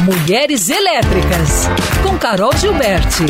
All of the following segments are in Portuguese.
Mulheres Elétricas, com Carol Gilberti.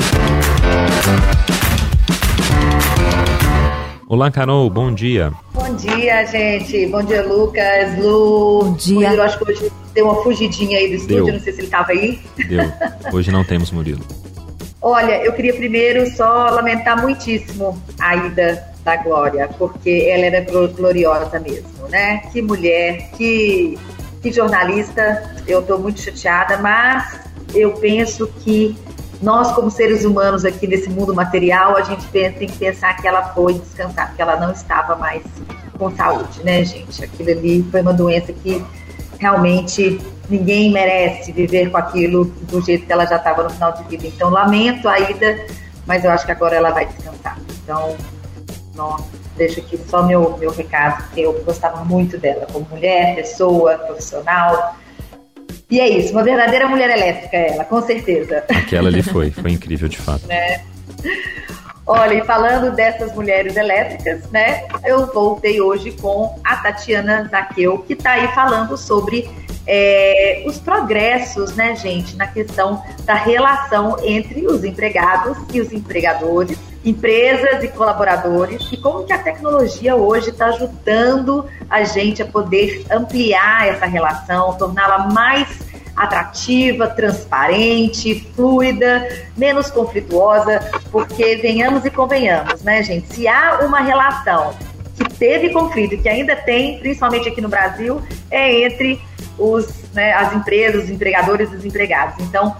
Olá, Carol, bom dia. Bom dia, gente. Bom dia, Lucas, Lu. Bom dia. Murilo, acho que hoje deu uma fugidinha aí do estúdio, não sei se ele estava aí. Deu. Hoje não temos Murilo. Olha, eu queria primeiro só lamentar muitíssimo a ida da Glória, porque ela era gloriosa mesmo, né? Que mulher, que jornalista. Eu estou muito chateada, mas eu penso que nós, como seres humanos aqui nesse mundo material, a gente tem que pensar que ela foi descansar, porque ela não estava mais com saúde, né, gente? Aquilo ali foi uma doença que realmente ninguém merece viver com aquilo do jeito que ela já estava no final de vida. Então, lamento a ida, mas eu acho que agora ela vai descansar. Então, deixo aqui só meu recado, porque eu gostava muito dela como mulher, pessoa, profissional. E é isso, uma verdadeira mulher elétrica ela, com certeza. Aquela ali foi incrível de fato. Né? Olha, e falando dessas mulheres elétricas, né, eu voltei hoje com a Tatiana Zaqueu, que está aí falando sobre os progressos, né, gente, na questão da relação entre os empregados e os empregadores, empresas e colaboradores, e como que a tecnologia hoje está ajudando a gente a poder ampliar essa relação, torná-la mais atrativa, transparente, fluida, menos conflituosa, porque venhamos e convenhamos, né, gente? Se há uma relação que teve conflito, que ainda tem, principalmente aqui no Brasil, é entre as empresas, os empregadores e os empregados. Então,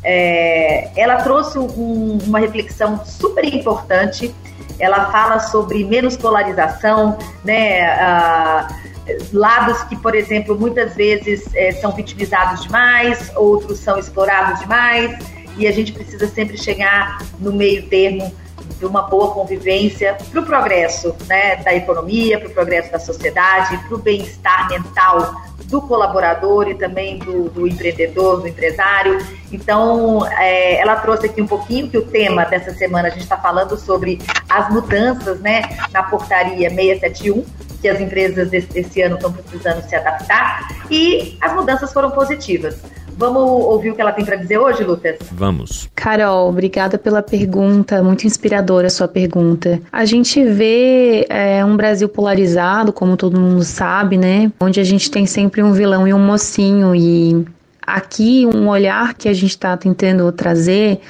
ela trouxe uma reflexão super importante. Ela fala sobre menos polarização, né? Lados que, por exemplo, muitas vezes são vitimizados demais, outros são explorados demais, e a gente precisa sempre chegar no meio termo de uma boa convivência para o progresso, né, da economia, para o progresso da sociedade, para o bem-estar mental do colaborador e também do empreendedor, do empresário. Então, ela trouxe aqui um pouquinho, que o tema dessa semana a gente está falando sobre as mudanças, né, na portaria 671, que as empresas desse ano estão precisando se adaptar, e as mudanças foram positivas. Vamos ouvir o que ela tem para dizer hoje, Lucas? Vamos. Carol, obrigada pela pergunta, muito inspiradora a sua pergunta. A gente vê um Brasil polarizado, como todo mundo sabe, né? Onde a gente tem sempre um vilão e um mocinho, e aqui um olhar que a gente está tentando trazer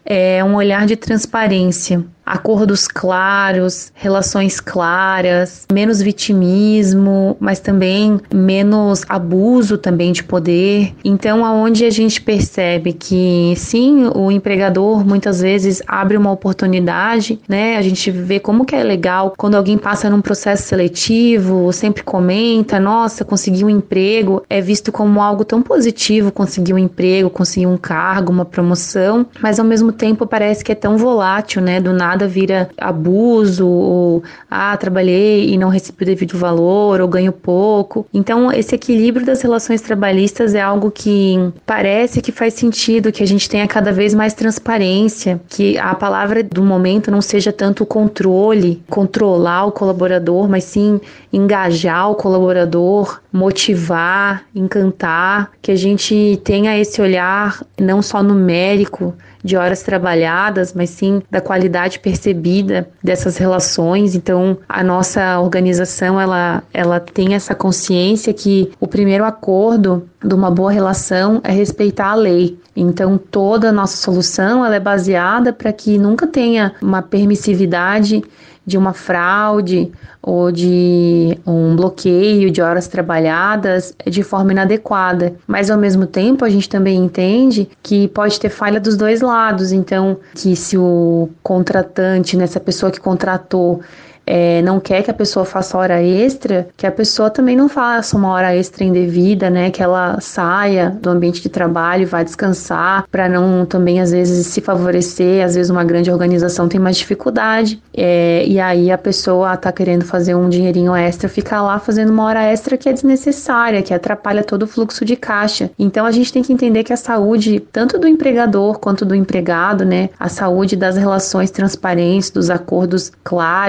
é um olhar de transparência. Acordos claros, relações claras, menos vitimismo, mas também menos abuso também de poder. Então, aonde a gente percebe que, sim, o empregador muitas vezes abre uma oportunidade, né? A gente vê como que é legal quando alguém passa num processo seletivo, sempre comenta, nossa, consegui um emprego, é visto como algo tão positivo, conseguir um emprego, conseguir um cargo, uma promoção, mas ao mesmo tempo parece que é tão volátil, né? Do nada vira abuso, ou trabalhei e não recebi o devido valor, ou ganho pouco. Então, esse equilíbrio das relações trabalhistas é algo que parece que faz sentido, que a gente tenha cada vez mais transparência, que a palavra do momento não seja tanto o controle, controlar o colaborador, mas sim engajar o colaborador, motivar, encantar, que a gente tenha esse olhar não só numérico de horas trabalhadas, mas sim da qualidade percebida dessas relações. Então, a nossa organização, ela tem essa consciência que o primeiro acordo de uma boa relação é respeitar a lei. Então, toda a nossa solução, ela é baseada para que nunca tenha uma permissividade de uma fraude ou de um bloqueio de horas trabalhadas de forma inadequada. Mas, ao mesmo tempo, a gente também entende que pode ter falha dos dois lados. Então, que se o contratante, né, essa pessoa que contratou, não quer que a pessoa faça hora extra, que a pessoa também não faça uma hora extra indevida, né? Que ela saia do ambiente de trabalho e vá descansar, para não também, às vezes, se favorecer. Às vezes uma grande organização tem mais dificuldade, e aí a pessoa tá querendo fazer um dinheirinho extra, ficar lá fazendo uma hora extra que é desnecessária, que atrapalha todo o fluxo de caixa. Então a gente tem que entender que a saúde, tanto do empregador quanto do empregado, né? A saúde das relações transparentes, dos acordos claros, o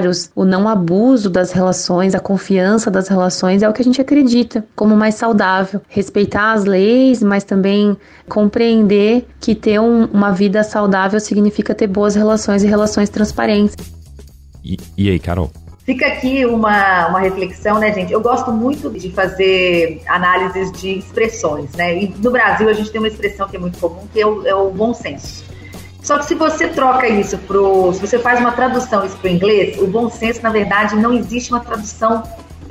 não abuso das relações, a confiança das relações é o que a gente acredita como mais saudável. Respeitar as leis, mas também compreender que ter uma vida saudável significa ter boas relações e relações transparentes. E aí, Carol? Fica aqui uma reflexão, né, gente? Eu gosto muito de fazer análises de expressões, né? E no Brasil a gente tem uma expressão que é muito comum, que é o bom senso. Só que se você troca isso se você faz uma tradução isso para o inglês, o bom senso, na verdade, não existe uma tradução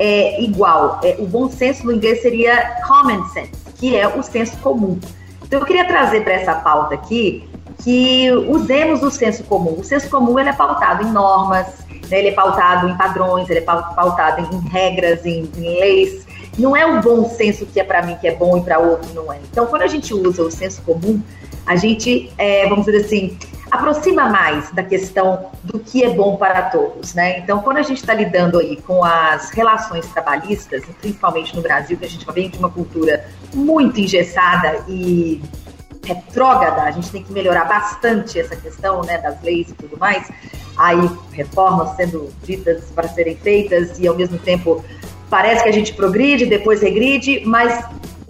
igual. O bom senso no inglês seria common sense, que é o senso comum. Então eu queria trazer para essa pauta aqui que usemos o senso comum. O senso comum ele é pautado em normas, né? Ele é pautado em padrões, ele é pautado em regras, em leis. Não é o bom senso que é para mim que é bom e para outro não é. Então, quando a gente usa o senso comum, a gente, vamos dizer assim, aproxima mais da questão do que é bom para todos, né? Então, quando a gente está lidando aí com as relações trabalhistas, principalmente no Brasil, que a gente vem de uma cultura muito engessada e retrógrada, a gente tem que melhorar bastante essa questão, né, das leis e tudo mais, aí reformas sendo ditas para serem feitas e ao mesmo tempo parece que a gente progride, depois regride, mas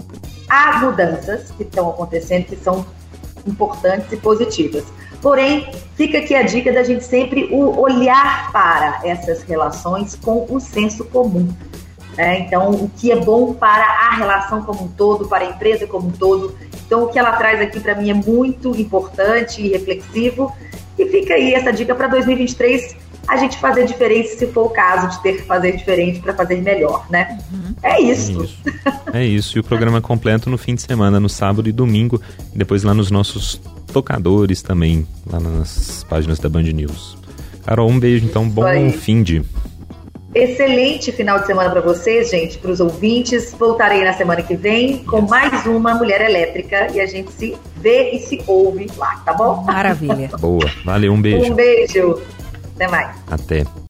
há mudanças que estão acontecendo que são importantes e positivas. Porém, fica aqui a dica da gente sempre olhar para essas relações com o senso comum. Então, o que é bom para a relação como um todo, para a empresa como um todo. Então, o que ela traz aqui para mim é muito importante e reflexivo. E fica aí essa dica para 2023, a gente fazer diferença, se for o caso de ter que fazer diferente para fazer melhor, né? É isso. É isso. E o programa completo no fim de semana, no sábado e domingo. E depois lá nos nossos tocadores também, lá nas páginas da Band News. Carol, um beijo, então. Bom fim de... Excelente final de semana para vocês, gente, para os ouvintes. Voltarei na semana que vem com mais uma Mulher Elétrica e a gente se vê e se ouve lá, tá bom? Maravilha. Boa. Valeu, um beijo. Um beijo. Até mais. Até.